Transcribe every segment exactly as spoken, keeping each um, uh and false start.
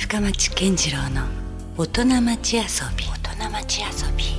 深町健次郎の大人町遊び。大人町遊び。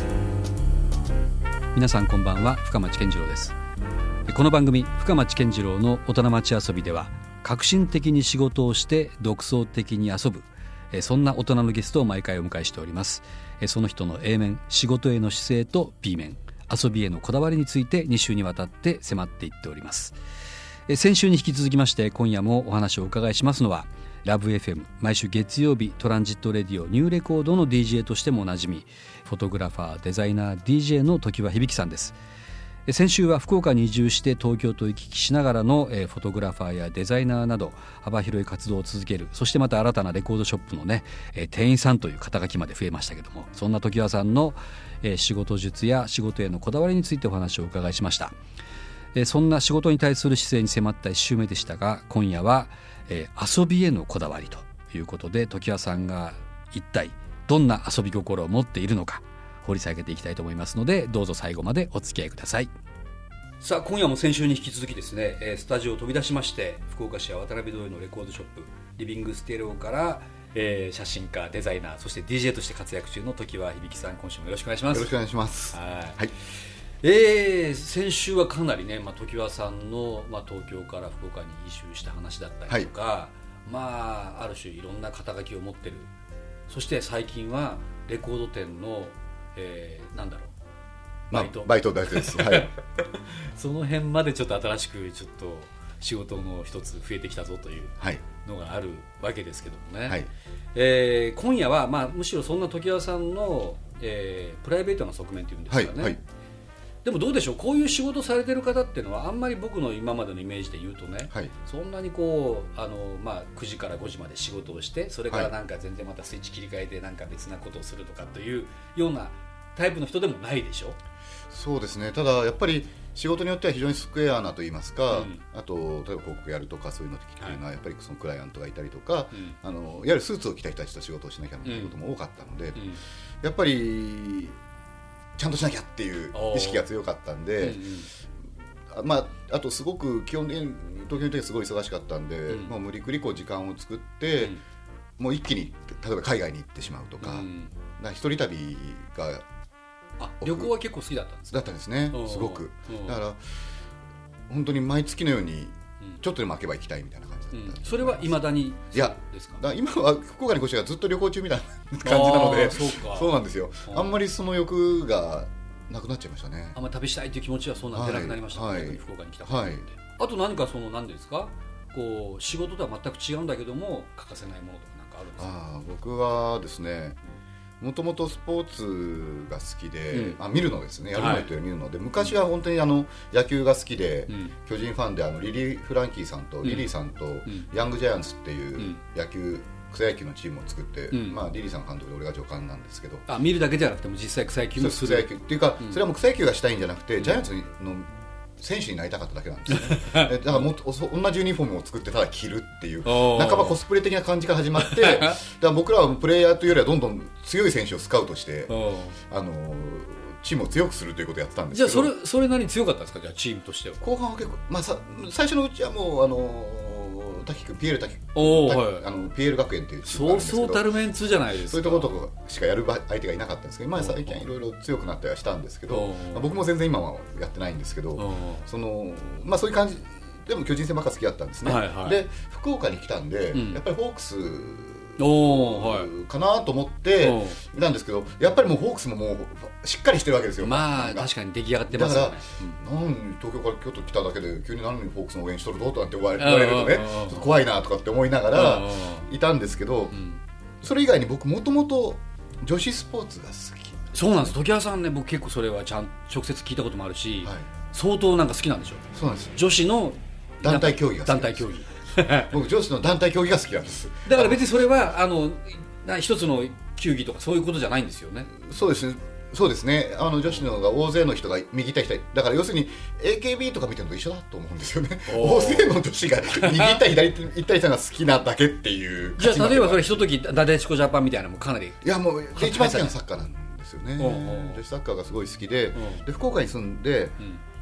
皆さんこんばんは、深町健次郎です。この番組深町健次郎の大人町遊びでは、革新的に仕事をして独創的に遊ぶ、そんな大人のゲストを毎回お迎えしております。その人の A 面、仕事への姿勢と B 面、遊びへのこだわりについてに週にわたって迫っていっております。先週に引き続きまして、今夜もお話をお伺いしますのは、ラブ エフエム 毎週月曜日トランジットレディオニューレコードの ディージェー としてもおなじみ、フォトグラファー、デザイナー、ディージェー の常盤響さんです。先週は福岡に移住して東京と行き来しながらのフォトグラファーやデザイナーなど幅広い活動を続ける、そしてまた新たなレコードショップのね店員さんという肩書きまで増えましたけども、そんな常盤さんの仕事術や仕事へのこだわりについてお話をお伺いしました。そんな仕事に対する姿勢に迫ったいち週目でしたが、今夜は遊びへのこだわりということで、常盤さんが一体どんな遊び心を持っているのか掘り下げていきたいと思いますので、どうぞ最後までお付き合いください。さあ、今夜も先週に引き続きですね、スタジオを飛び出しまして、福岡市は渡辺通りのレコードショップリビングステレオから、えー、写真家、デザイナー、そして ディージェー として活躍中の常盤響さん、今週もよろしくお願いします。 よろしくお願いします。 はい、 はい。 えー、先週はかなりね、まあ、常盤さんの、まあ、東京から福岡に移住した話だったりとか、はい、まあ、ある種いろんな肩書きを持ってる。そして最近はレコード店の、えー、なんだろう、バイト、まあ、バイトだけです、はい、その辺までちょっと新しくちょっと仕事の一つ増えてきたぞというのがあるわけですけどもね、はい、えー、今夜は、まあ、むしろそんな常盤さんの、えー、プライベートな側面というんですかね、はいはい、でもどうでしょう、こういう仕事されてる方っていうのはあんまり僕の今までのイメージで言うとね、はい、そんなにこうあの、まあ、くじからごじまで仕事をして、それからなんか全然またスイッチ切り替えてなんか別なことをするとかというようなタイプの人でもないでしょ。 そうですね。ただやっぱり仕事によっては非常にスクエアなといいますか、うん、あと例えば広告やるとかそういうのっていうのはやっぱりそのクライアントがいたりとか、うん、あのいわゆるスーツを着た人たちと仕事をしなきゃということも多かったので、うんうん、やっぱりちゃんとしなきゃっていう意識が強かったんで、うんうん、まあ、あとすごく基本的に東京の時はすごい忙しかったんで、うん、もう無理くりこう時間を作って、うん、もう一気に例えば海外に行ってしまうとか、うん、だから一人旅があ、旅行は結構好きだったんですか？ だったんですね、すごく。だから本当に毎月のようにちょっとでも空けば行きたいみたいな感じだった、うん、 それは未だにそうですか？ いや、だから今は福岡に越してはずっと旅行中みたいな感じなので、そうか、そうなんですよ。あんまりその欲がなくなっちゃいましたね。 あんまり旅したいという気持ちはそんなに出なくなりましたね、はい、福岡に来たことで、はい、あと何かその何ですか、こう仕事とは全く違うんだけども欠かせないものとか何かあるんですか？ あ、僕はですね、もともとスポーツが好きで、うん、あ見るのですね、やるのというより見るので、はい、昔は本当にあの野球が好きで、うん、巨人ファンであのリリー・フランキーさんと、うん、リリーさんと、うん、ヤングジャイアンツっていう野球、草野球のチームを作って、うん、まあ、リリーさん監督で俺が助監なんですけど、 あ、見るだけじゃなくても実際草野球もする。 草野球っていうか、うん、それはもう草野球がしたいんじゃなくて、ジャイアンツの選手になりたかっただけなんですよねだからもっと同じユニフォームを作ってただ着るっていう半ばコスプレ的な感じから始まってだから僕らはプレイヤーというよりはどんどん強い選手をスカウトしてあのチームを強くするということをやってたんですけど。 じゃあそれ、それなりに強かったんですか？じゃあチームとしては。 後半は結構、まあ、さ最初のうちはもうあの滝君、ピエール滝君、はい、 あのピエール学園というチームがあるんですけど、 そうそうたるメンツじゃないですか。 そういうところとかしかやる相手がいなかったんですけど、まあ、最近いろいろ強くなったりはしたんですけど、まあ、僕も全然今はやってないんですけど、その、まあ、そういう感じでも巨人戦ばっか好きだったんですね、はいはい、で福岡に来たんで、うん、やっぱりホークスお、はい、かなと思っていたんですけど、やっぱりもうホークスももうしっかりしてるわけですよ。 まあ確かに出来上がってますよね。 だから、うん、なん東京から京都来ただけで急に何にホークスの応援しとるぞとなんて言われるとね、ちょっと怖いなとかって思いながらいたんですけど、うん、それ以外に僕もともと女子スポーツが好き。 そうなんです。常盤さんね、僕結構それはちゃん直接聞いたこともあるし、はい、相当なんか好きなんでしょう。 そうなんです。 女子の団体競技が好き。 団体競技僕女子の団体競技が好きなんです。 だから別にそれはあの一つの球技とかそういうことじゃないんですよね。 そうですね、そうですね。あの女子の方が大勢の人が右行ったり、だから要するに エーケービー とか見てるのと一緒だと思うんですよね。大勢の女子が右行ったり左行ったりしたのが好きなだけっていう。 じゃあ例えばそれひとときなでしこジャパンみたいなのもかなり、いやもう一番好きなサッカーなんですよね。女子サッカーがすごい好きで、で福岡に住んで、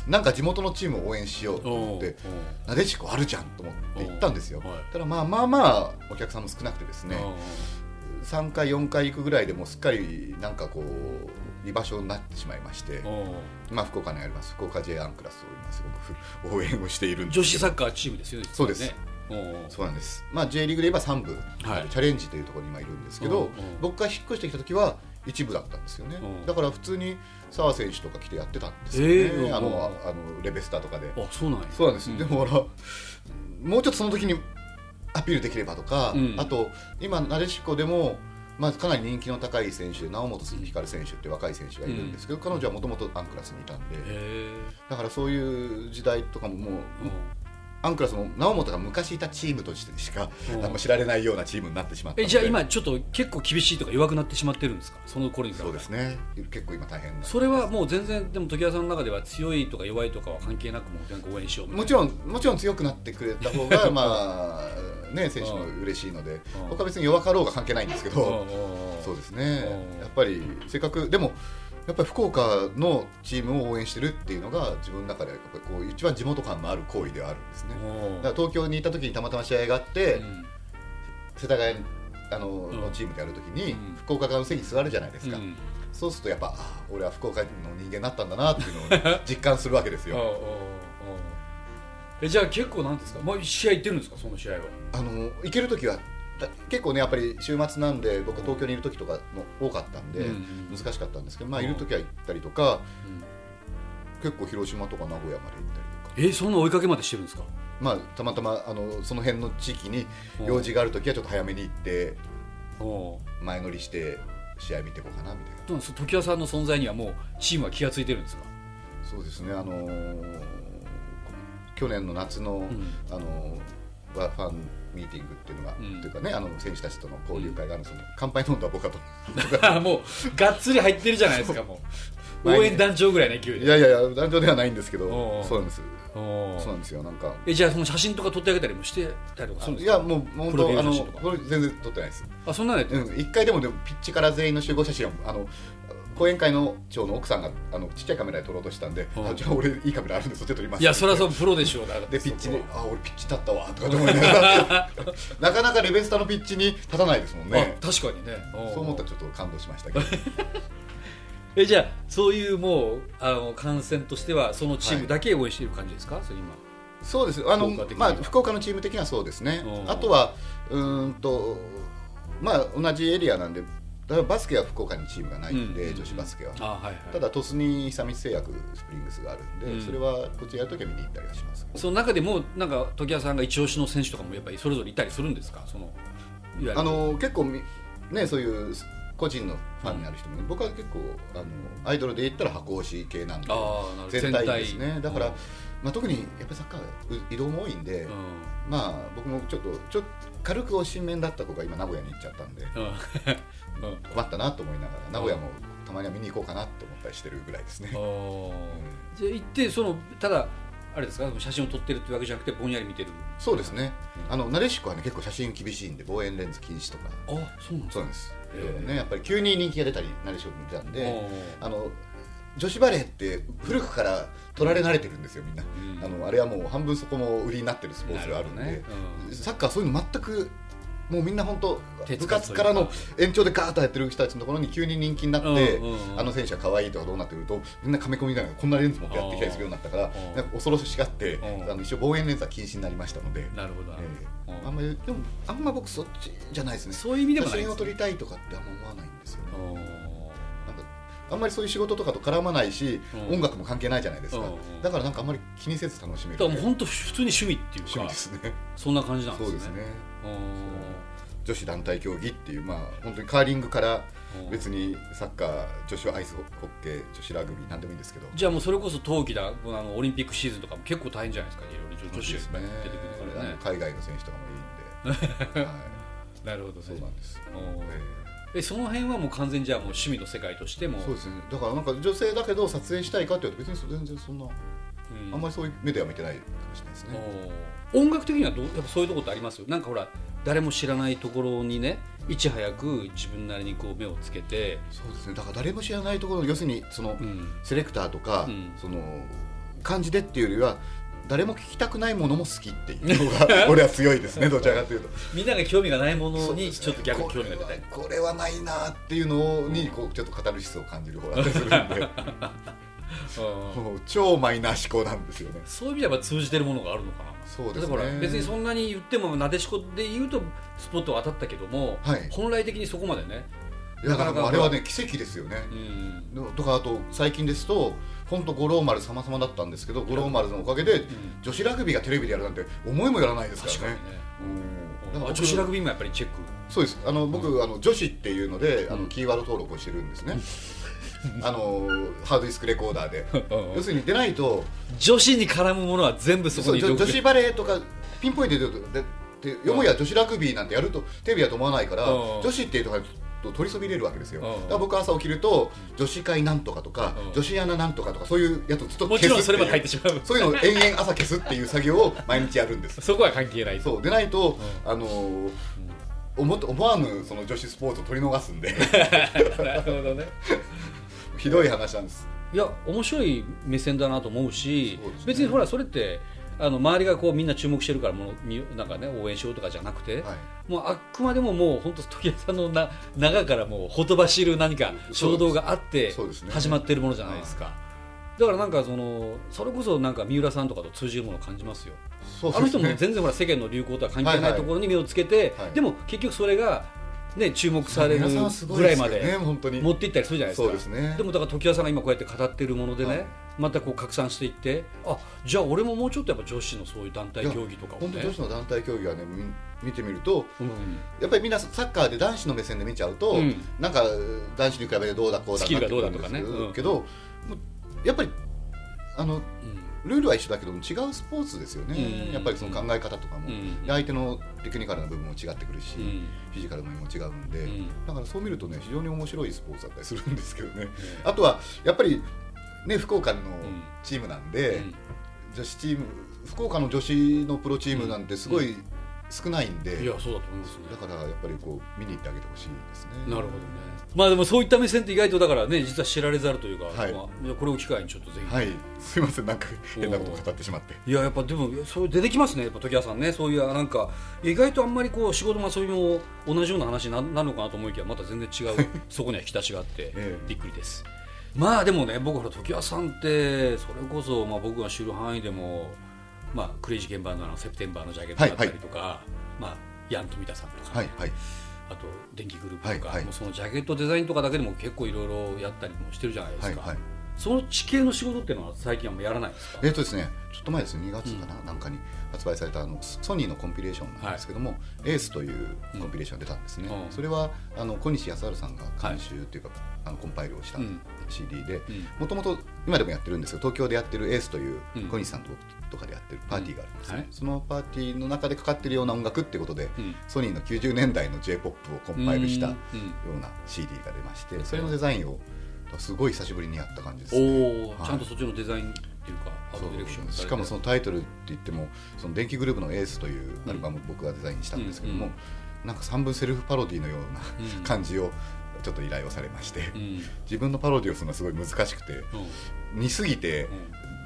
なんか地元のチームを応援しようと思ってなでしこあるじゃんと思って行ったんですよ。ただまあまあまあお客さんも少なくてですね、さんかいよんかい行くぐらいでもうすっかりなんかこう居場所になってしまいまして、まあ福岡にあります福岡 J アンクラスを今すごく応援をしているんですけど、 女子サッカーチームですよね。 そうですね。そうなんです、まあ、J リーグで言えばさん部、はい、チャレンジというところに今いるんですけど、僕が引っ越してきた時は一部だったんですよね。だから普通に澤選手とか来てやってたんですよね、えー、あのあのレベスタとかで。 あ、そうなんや。 そうなんです、うん、でもほらもうちょっとその時にアピールできればとか、うん、あと今なでしこでも、まあ、かなり人気の高い選手猶本光選手って若い選手がいるんですけど、うん、彼女はもともとアンクラスにいたんで、だからそういう時代とかももう、うんアンクラスも猶本が昔いたチームとしてしか知られないようなチームになってしまったので。えじゃあ今ちょっと結構厳しいとか弱くなってしまってるんですか、その頃に比べて。 そうですね、結構今大変な。 それはもう全然でも常盤さんの中では強いとか弱いとかは関係なくもう全然応援しようみたいな。 もちろんもちろん強くなってくれた方がまあね選手も嬉しいので、僕は別に弱かろうが関係ないんですけど、そうですね、やっぱりせっかくでもやっぱり福岡のチームを応援してるっていうのが自分の中でやっぱりこう一番地元感のある行為ではあるんですね。だから東京にいた時にたまたま試合があって、うん、世田谷あの、うん、のチームでやる時に、うん、福岡側の席に座るじゃないですか、うん、そうするとやっぱあ俺は福岡の人間になったんだなっていうのを実感するわけですよ。 えじゃあ結構なんですか、まあ、試合行ってるんですか、その試合は。 あの行ける時は結構ねやっぱり週末なんで僕東京にいる時とかも多かったんで難しかったんですけど、まあいる時は行ったりとか、結構広島とか名古屋まで行ったりとか。 えそんな追いかけまでしてるんですか。 まあたまたまあのその辺の地域に用事がある時はちょっと早めに行って前乗りして試合見ていこうかなみたいな。 どう常盤さんの存在にはもうチームは気がついてるんですか。 そうですね、あのー、去年の夏の、うん、あのー、ファンミーティングっていうのが、うん、というかね、あの選手たちとの交流会があるんですけど、うん、乾杯飲んだ僕はともうがっつり入ってるじゃないですか。もう応援団長ぐらいの勢いで。 いやいやいや団長ではないんですけど、そうなんですそうなんですよ。なんかえじゃあその写真とか撮ってあげたりもしてたりとかするんですか。 いやもう本当あのこれ全然撮ってないです。 あそんなのやってる、 うん、いっかいでもでもピッチから全員の集合写真をあの講演会の長の奥さんがあのちっちゃいカメラで撮ろうとしたんで、あじゃあ俺いいカメラあるんでそっちで撮ります。 いやそりゃそうプロでしょう。 でピッチであ俺ピッチ立ったわとか思いながらなかなかレベスタのピッチに立たないですもんね。 確かにね。 そう思ったらちょっと感動しましたけどえじゃあそういうもうあの観戦としてはそのチームだけ応援している感じですか、はい、それ今。 そうですあのまあ福岡のチーム的にはそうですね。あとはうーんとまあ同じエリアなんでだからバスケは福岡にチームがないんで、うん、女子バスケは、あ、はいはい、ただ鳥栖に久光製薬スプリングスがあるんで、うん、それはこっちやるときは見に行ったりはします。 その中でもなんか常盤さんが一押しの選手とかもやっぱりそれぞれいたりするんですか。そのいわゆるあの結構ねそういう個人のファンになる人も、ね、うん、僕は結構あのアイドルで言ったら箱推し系なんで全体ですね。だから、うん、まあ、特にやっぱりサッカー移動も多いんで、うん、まあ僕もちょっとちょっと軽く推し面だった子が今名古屋に行っちゃったんで、うん、困ったなと思いながら名古屋もたまには見に行こうかなと思ったりしてるぐらいですね。うん、 じゃあ行ってそのただあれですか写真を撮ってるってわけじゃなくてぼんやり見てる。 そうですね、うん、あのなでしこはね結構写真厳しいんで望遠レンズ禁止とか。 あそうなんですか。 そうなんです、ね、やっぱり急に人気が出たりなでしこ見てたんであの女子バレーって古くから取られ慣れてるんですよみんな、うん、あのあれはもう半分そこも売りになってるスポーツがあるんで、ね、うん、サッカーそういうの全くもうみんな本当部活からの延長でガーッとやってる人たちのところに急に人気になって、うんうんうん、あの選手は可愛いとかどうなってくるとみんなカメコミみたいなこんなレンズ持ってやってきたりするようになったからなんか恐ろしがってあの一応望遠レンズは禁止になりましたので。なるほど、えー、あんまりでもあんま僕そっちじゃないですね。 そういう意味でもないですね。 写真を撮りたいとかってあんま思わないんですよね。あんまりそういう仕事とかと絡まないし、うん、音楽も関係ないじゃないですか、うん、だからなんかあんまり気にせず楽しめる。 だからもう本当普通に趣味っていうか趣味ですね。 そんな感じなんですね。 そうですね。女子団体競技っていうまあ本当にカーリングから別にサッカー女子はアイスホッケー女子ラグビーなんでもいいんですけど。 じゃあもうそれこそ冬季だあのオリンピックシーズンとかも結構大変じゃないですか。いろいろ女子が出てくるからね。 海外の選手とかもいるんで、はい、 なるほど、ね、 そうなんです。 えその辺はもう完全にじゃあもう趣味の世界としても。 そうですね。だからなんか女性だけど撮影したいかっていうと別に全然そんな、うん、あんまりそういう目では見てないかもしれないですね。 音楽的にはどうやっぱそういうところってありますよ。なんかほら誰も知らないところにねいち早く自分なりにこう目をつけて。 そうですね。だから誰も知らないところ要するにその、うん、セレクターとか、うん、その感じでっていうよりは誰も聞きたくないものも好きっていうのが俺は強いですねどちらかというとみんなが興味がないものにちょっと逆に興味が出たい、 これは、これはないなっていうのにこうちょっとカタルシスを感じる方だったりするんでもう超マイナー思考なんですよね。 そういう意味では通じてるものがあるのかな。 そうですね、 だから別にそんなに言ってもなでしこで言うとスポットは当たったけども、はい、本来的にそこまでねなかなかあれはね奇跡ですよね、うん、とかあと最近ですと本当五郎丸様々だったんですけど五郎丸のおかげで、うん、女子ラグビーがテレビでやるなんて思いもよらないですからね。確かにね、 うん、だから女子ラグビーもやっぱりチェック。 そうです。あの僕、うん、あの女子っていうのであのキーワード登録をしてるんですねあのハードディスクレコーダーで要するに出ないと女子に絡むものは全部そこに女子バレーとかピンポイントで言うとでよもや女子ラグビーなんてやるとテレビだと思わないから女子っていうところと取りそびれるわけですよ。だから僕朝起きると女子会なんとかとか女子アナなんとかとかそういうやつをちょっと消すっていう、もちろんそれまで入ってしまうそういうのを延々朝消すっていう作業を毎日やるんですそこは関係ない。 そうでないと、うん、あのー思, 思わぬその女子スポーツを取り逃すんでなるほどねひどい話なんです。 いや面白い目線だなと思うし、う、ね、別にほらそれってあの周りがこうみんな注目してるからもうなんか、ね、応援しようとかじゃなくて、はい、もうあくまでももう本当時矢さんのな中からもうほとばしる何か衝動があって始まっているものじゃないですか。だからなんかそのそれこそなんか三浦さんとかと通じるものを感じますよ。そうですね、あの人も全然ほら世間の流行とは関係ないところに目をつけて、はいはい、でも結局それがね、注目されるぐらいまで持っていったりするじゃないですか。そうですね。でもだから時矢さんが今こうやって語っているものでね、はい、またこう拡散していって、あ、じゃあ俺ももうちょっとやっぱ女子のそういう団体競技とかをね、 本当女子の団体競技はね見てみると、うん、やっぱりみんなサッカーで男子の目線で見ちゃうと、うん、なんか男子に比べてどうだこうだスキルがどうだとかね、 うん、けどやっぱりあの、うんルールは一緒だけども違うスポーツですよね、うん、やっぱりその考え方とかも、うん、相手のテクニカルな部分も違ってくるし、うん、フィジカルの部分も違うんで、うん、だからそう見るとね非常に面白いスポーツだったりするんですけどね、うん、あとはやっぱりね福岡のチームなんで、うん、女子チーム福岡の女子のプロチームなんてすごい少ないんで、 いやそうだと思いますね。 だからやっぱりこう見に行ってあげてほしいですね。 なるほどね。まあでもそういった目線って意外とだからね実は知られざるというか、はいまあ、これを機会にちょっとぜひ、 はい、すいませんなんか変なこと語ってしまって。 いややっぱでもそう出てきますねやっぱ時矢さんね。そういうなんか意外とあんまりこう仕事も遊びも同じような話になるのかなと思いきやまた全然違うそこには引き出しがあってびっくりです、ええ、まあでもね僕は時矢さんってそれこそまあ僕が知る範囲でもまあクレイジーケンバンドのセプテンバーのジャケットだったりとか、はいはい、まあヤン富田さんとか、ねはいはい、あと電気グループとか、はいはい、もうそのジャケットデザインとかだけでも結構いろいろやったりもしてるじゃないですか、はいはい、その地形の仕事っていうのは最近はもうやらないですか？ えーとですね、ちょっと前ですねにがつかな、うん、なんかに発売されたあのソニーのコンピレーションなんですけども、はい、エースというコンピレーションが出たんですね、うん、それはあの小西康晴さんが監修というか、はい、あのコンパイルをした シーディー でもともと今でもやってるんですけど東京でやってるエースという小西さんととかでやってるパーティーがあるんですね、うんはい、そのパーティーの中でかかってるような音楽っていうことで、うん、ソニーのきゅうじゅうねんだいの J-ポップ をコンパイルしたような シーディー が出まして、それのデザインをすごい久しぶりにやった感じですね。 お、はい、ちゃんとそっちのデザインっていうかアートディレクションしかもそのタイトルって言ってもその電気グループのエースというアルバムを僕がデザインしたんですけども、うんうん、なんか三分セルフパロディのような感じをちょっと依頼をされまして、うん、自分のパロディをするのはすごい難しくて、うん、似すぎて、うん、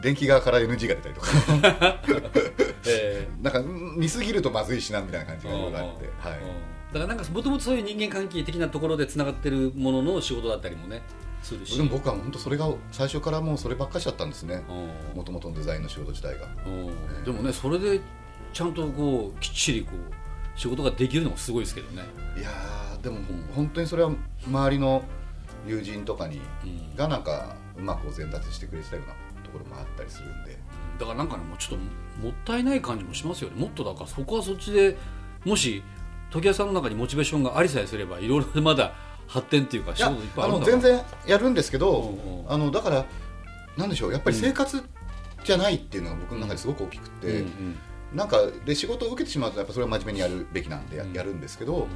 電気側から エヌジー が出たりとか、えー、なんか似すぎるとまずいしなみたいな感じがいろいろあって、はい、 だからなんかもともとそういう人間関係的なところでつながってるものの仕事だったりもねするし、 でも僕は本当それが最初からもうそればっかしだったんですね、もともとのデザインの仕事自体が、 えー、でもねそれでちゃんとこうきっちりこう仕事ができるのもすごいですけどね。 いやでも、うん、本当にそれは周りの友人とかに、うん、がなんかうまくお膳立てしてくれてたようなところもあったりするんで、 だからなんかねもうちょっともったいない感じもしますよね。もっとだからそこはそっちでもし時矢さんの中にモチベーションがありさえすればいろいろまだ発展っていうか仕事いっぱいあるんだから全然やるんですけど、うんうん、あのだからなんでしょうやっぱり生活じゃないっていうのが僕の中ですごく大きくて、うんうんうんなんかで仕事を受けてしまうとやっぱそれは真面目にやるべきなんで や,、うん、やるんですけど、うん、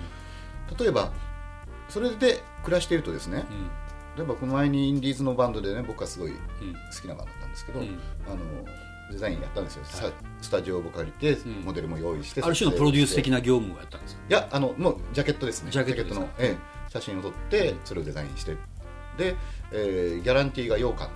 例えばそれで暮らしているとですね、うん、例えばこの前にインディーズのバンドでね僕はすごい好きなバンドだったんですけど、うん、あのデザインやったんですよ、はい、スタジオを借りて、うん、モデルも用意して、 ある種のプロデュース的な業務をやったんですか？ いやあのもうジャケットですね。 ジャケットの、ええ、写真を撮ってそれをデザインしてで、えー、ギャランティーが羊羹っていう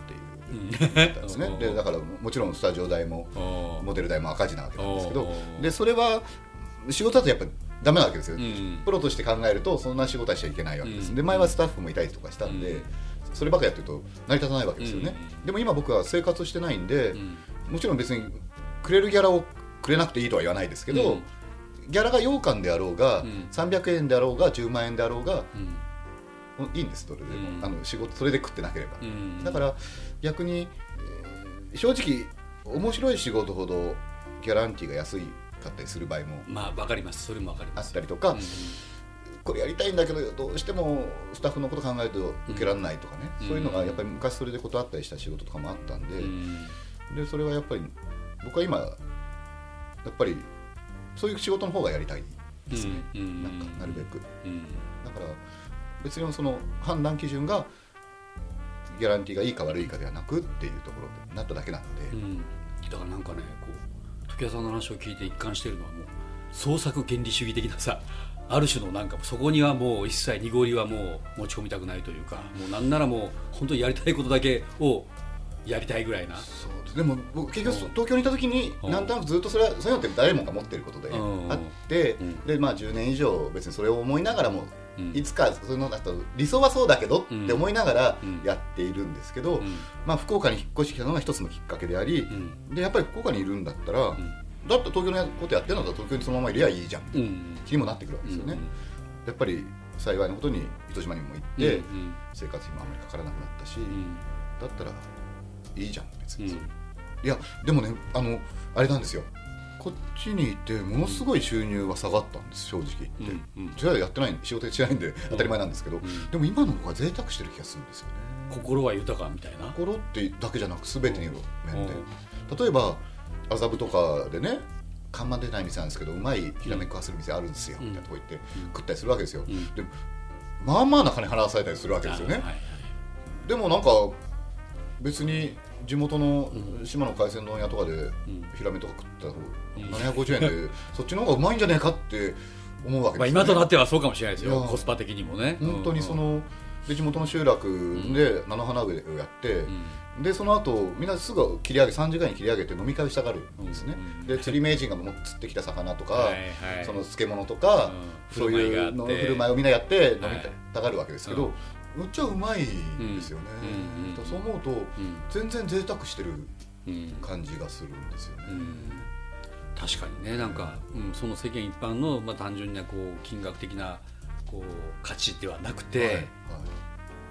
だったんですねでだからもちろんスタジオ代もモデル代も赤字なわけなんですけどでそれは仕事だとやっぱりダメなわけですよ、うん、プロとして考えるとそんな仕事はしちゃいけないわけです、うん、で前はスタッフもいたりとかしたんで、うん、そればっかりやってると成り立たないわけですよね、うん、でも今僕は生活してないんで、うん、もちろん別にくれるギャラをくれなくていいとは言わないですけど、うん、ギャラが羊羹であろうが、うん、さんびゃくえんであろうがじゅうまんえんであろうが、うん、いいんですどれでも、うん、あの仕事それで食ってなければ、うん、だから逆に、えー、正直面白い仕事ほどギャランティーが安いかったりする場合もまあ分かりますそれも分かりますあったりとか、うん、これやりたいんだけどどうしてもスタッフのこと考えると受けられないとかね、うん、そういうのがやっぱり昔それで断ったりした仕事とかもあったんで、うん、でそれはやっぱり僕は今やっぱりそういう仕事の方がやりたいですね、うん、なんかなるべく、うん、だから別にその判断基準がギャランティーがいいか悪いかではなくっていうところになっただけなので、うん、 だからなんかねこう時矢さんの話を聞いて一貫しているのはもう創作原理主義的なさある種のなんかそこにはもう一切濁りはもう持ち込みたくないというかもうなんならもう本当にやりたいことだけをやりたいぐらいなそうでも僕結局東京にいた時になんとなくずっとそれはそういうのって誰もが持ってることであってで、まあ、じゅうねん以上別にそれを思いながらもいつかそういうのだと理想はそうだけどって思いながらやっているんですけど、まあ、福岡に引っ越してきたのが一つのきっかけでありでやっぱり福岡にいるんだったらだって東京のことやってるんだったら東京にそのままいりゃいいじゃんって気にもなってくるわけですよね。やっぱり幸いなことに糸島にも行って生活費もあんまりかからなくなったしだったらいいじゃん別に、うん、いやでもねあのあれなんですよこっちにいてものすごい収入は下がったんです正直言って、うんうん、じゃあやってない仕事しないんで当たり前なんですけど、うん、でも今の方が贅沢してる気がするんですよね。 心は豊かみたいな心ってだけじゃなく全ての面で例えば麻布とかでね看板出ない店なんですけどうまいひらめ食わせる店あるんですよ、うん、みたいなとこ行って、うん、食ったりするわけですよ、うん、でもまあまあな金払わされたりするわけですよね、はいはい、でもなんか別に地元の島の海鮮丼屋とかでヒラメとか食ったらななひゃくごじゅうえんで、うん、そっちの方がうまいんじゃねえかって思うわけですよね、 まあ、今となってはそうかもしれないですよコスパ的にもね本当にそので地元の集落で菜の花植えをやって、うん、でその後みんなすぐ切り上げさんじかんに切り上げて飲み会をしたがるんですね、うん、で釣り名人がも釣ってきた魚とか、はいはい、その漬物とか、うん、そういうの振る舞いをみんなやって飲みたがるわけですけど、はいむっちゃうまいんですよね、うんうん、そう思うと、うん、全然贅沢してる感じがするんですよね、うん、 確かにねなんか、うん、その世間一般の、まあ、単純なこう金額的なこう価値ではなくて、はいはい、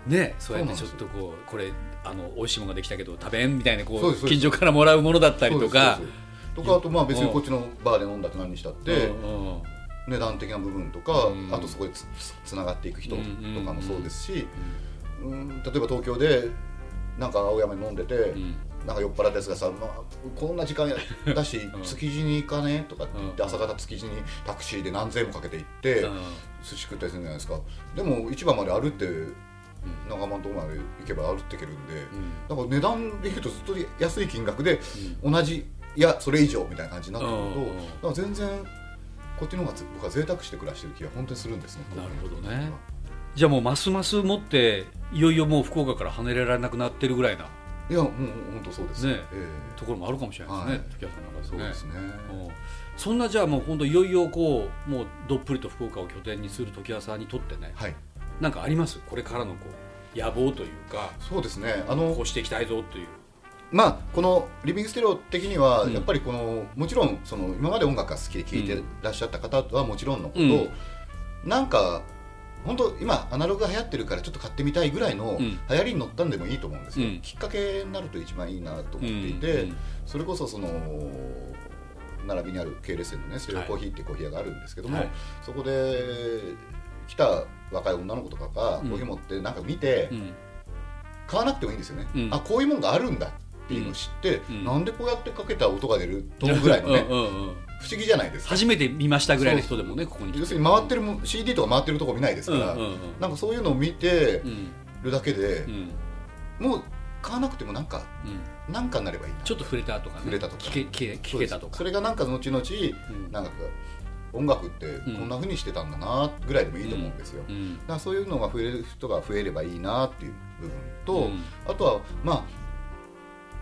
ねそうやってちょっとこうこれあの美味しいものができたけど食べんみたいなこう近所からもらうものだったりとかとかあとまあ別にこっちのバーで飲んだって何にしたって値段的な部分とか、うん、あとそこで つ, つながっていく人とかもそうですし、うんうんうん、例えば東京でなんか青山に飲んでて、うん、なんか酔っ払ったやつがさ、まあ、こんな時間だし築地に行かねとかって言って朝方築地にタクシーで何千円もかけて行って寿司食ったりするんじゃないですか。でも市場まで歩って長満のとこまで行けば歩っていけるんで、うん、なんか値段でいうとずっと安い金額で同じいやそれ以上みたいな感じになってくると、だから全然こっちの方が僕は贅沢して暮らしてる気が本当にするんですね。 なるほどね。じゃあもうますます持っていよいよもう福岡から離れられなくなってるぐらいな、 いやもう本当そうですね、 えー、ところもあるかもしれないですね、はい、時矢さんの中でね。 そうですね。 そんなじゃあもう本当いよいよこうもうどっぷりと福岡を拠点にする時矢さんにとってね、はい、なんかありますこれからのこう野望というか。 そうですね、あのこうしていきたいぞという。 まあ、このリビングステレオ的にはやっぱりこの、うん、もちろんその今まで音楽が好きで聴いてらっしゃった方はもちろんのこと、うん、なんか本当今アナログが流行ってるからちょっと買ってみたいぐらいの流行りに乗ったんでもいいと思うんですよ、うん、きっかけになると一番いいなと思っていて、うん、それこそその並びにある系列店のねステレオコーヒーっていうコーヒー屋があるんですけども、はい、そこで来た若い女の子とかがコーヒー持ってなんか見て、うん、買わなくてもいいんですよね、うん、あこういうものがあるんだっていうのを知って、うん、なんでこうやってかけた音が出るとぐらいのねうんうん、うん、不思議じゃないですか。初めて見ましたぐらいの人でもねここに要するに回ってる シーディー とか回ってるとこ見ないですから、うんうんうん、なんかそういうのを見てるだけで、うん、もう買わなくてもなんか、うん、なんかになればいいな。 ちょっと触れたとか、ね、 触れたとか聞け、聞け、聞けたとかそ, それがなんか後々、うん、なんか音楽ってこんな風にしてたんだなぐらいでもいいと思うんですよ、うんうん、だからそういうのが増える人が増えればいいなっていう部分と、うん、あとはまあ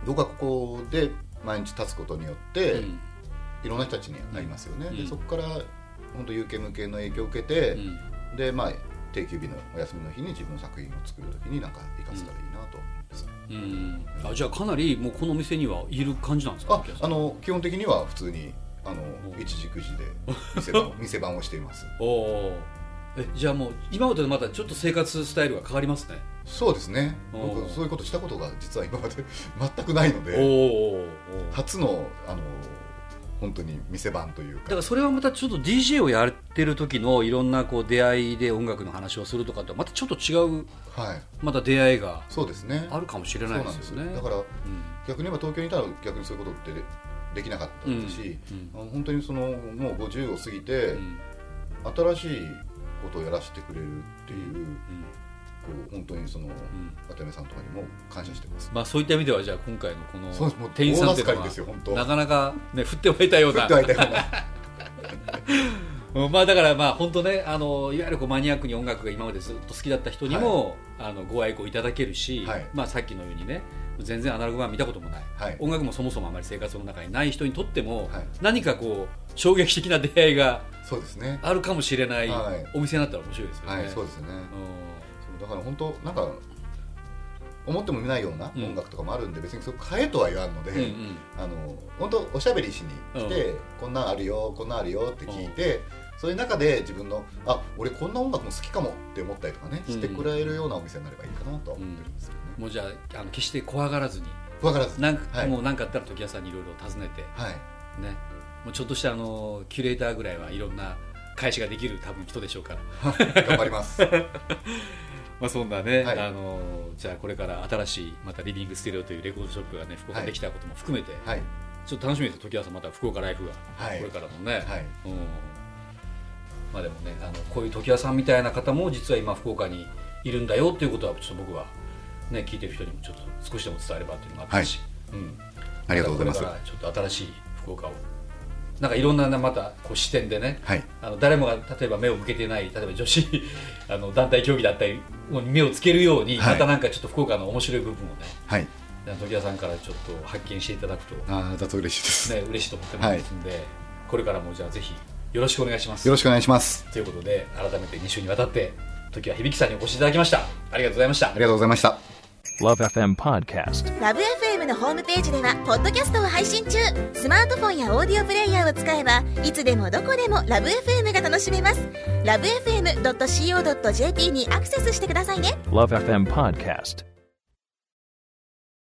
僕はここで毎日立つことによって、うん、いろんな人たちに会いますよね、うん、でそこから本当有形無形の影響を受けて、うん、でまあ定休日のお休みの日に自分の作品を作るときに何か生かせたらいいなと思うんです、 うんうん、あじゃあかなりもうこのお店にはいる感じなんですか？ ああの基本的には普通にあの一時くじで店番店番をしています。 おえじゃあもう今までとまたちょっと生活スタイルが変わりますね。 そうですね。僕そういうことしたことが実は今まで全くないので、 お初のあの本当に店番というか。 だからそれはまたちょっと ディージェー をやってる時のいろんなこう出会いで音楽の話をするとかとまたちょっと違う、はい、また出会いがあるかもしれないですよね。 だから、うん、逆に言えば東京にいたら逆にそういうことってできなかったし、うんうん、本当にそのもうごじゅうを過ぎて、うん、新しいことをやらせてくれるっていう、うん、こう本当にその渡辺さんとかにも感謝してます。 まあ、そういった意味ではじゃあ今回のこの店員さんっていうのはなかなか、ね、振って湧いたような振って湧いたようなまあだからまあ本当ねあのいわゆるこうマニアックに音楽が今までずっと好きだった人にも、はい、あのご愛顧いただけるし、はいまあ、さっきのようにね全然アナログ版見たこともない、はい、音楽もそもそもあまり生活の中にない人にとっても、はい、何かこう衝撃的な出会いがあるかもしれないお店になったら面白いですよね。 はい、そうですね。そうだから本当なんか思ってもみないような音楽とかもあるんで、うん、別にそれ変えとは言わんので、うんうん、あの本当おしゃべりしに来て、うん、こんなんあるよこんなんあるよって聞いて、うん、そういう中で自分のあ俺こんな音楽も好きかもって思ったりとかね、うん、してくれるようなお店になればいいかなとは思ってるんですけどね、 うん、もうじゃあ、あの決して怖がらずに怖がらずなんか、はい、もう何かあったら時矢さんにいろいろ尋ねて、はいね、もうちょっとしたあのキュレーターぐらいはいろんな返しができる多分人でしょうから頑張りますまあそんなね、はい、あのじゃあこれから新しいまたリビングステレオというレコードショップがね福岡できたことも含めて、はい、ちょっと楽しみです。時矢さんまた福岡ライフが、はい、これからもね、はいうんまあ、でもねあのこういう時矢さんみたいな方も実は今福岡にいるんだよっていうことはちょっと僕は、ね、聞いてる人にもちょっと少しでも伝えればっていうのがあったし、はいうん、 ありがとうございます。 これからちょっと新しい福岡をなんかいろんなまたこう視点でね、はい、あの誰もが例えば目を向けてない例えば女子あの団体競技だったりに目をつけるように、はい、またなんかちょっと福岡の面白い部分をね、はい、時矢さんからちょっと発見していただくとあだと嬉しいです、 ね、嬉しいと思ってますんで、はい、これからもじゃあぜひよろしくお願いします。 よろしくお願いしますということで改めてに週にわたって時矢響さんにお越しいただきました。ありがとうございました。 ありがとうございました。 Love エフエム Podcast Love エフエム のホームページではポッドキャストを配信中。スマートフォンやオーディオプレイヤーを使えばいつでもどこでも ラブエフエム が楽しめます。 ラブエフエムドットシーオードットジェーピー にアクセスしてくださいね。 Love エフエム Podcast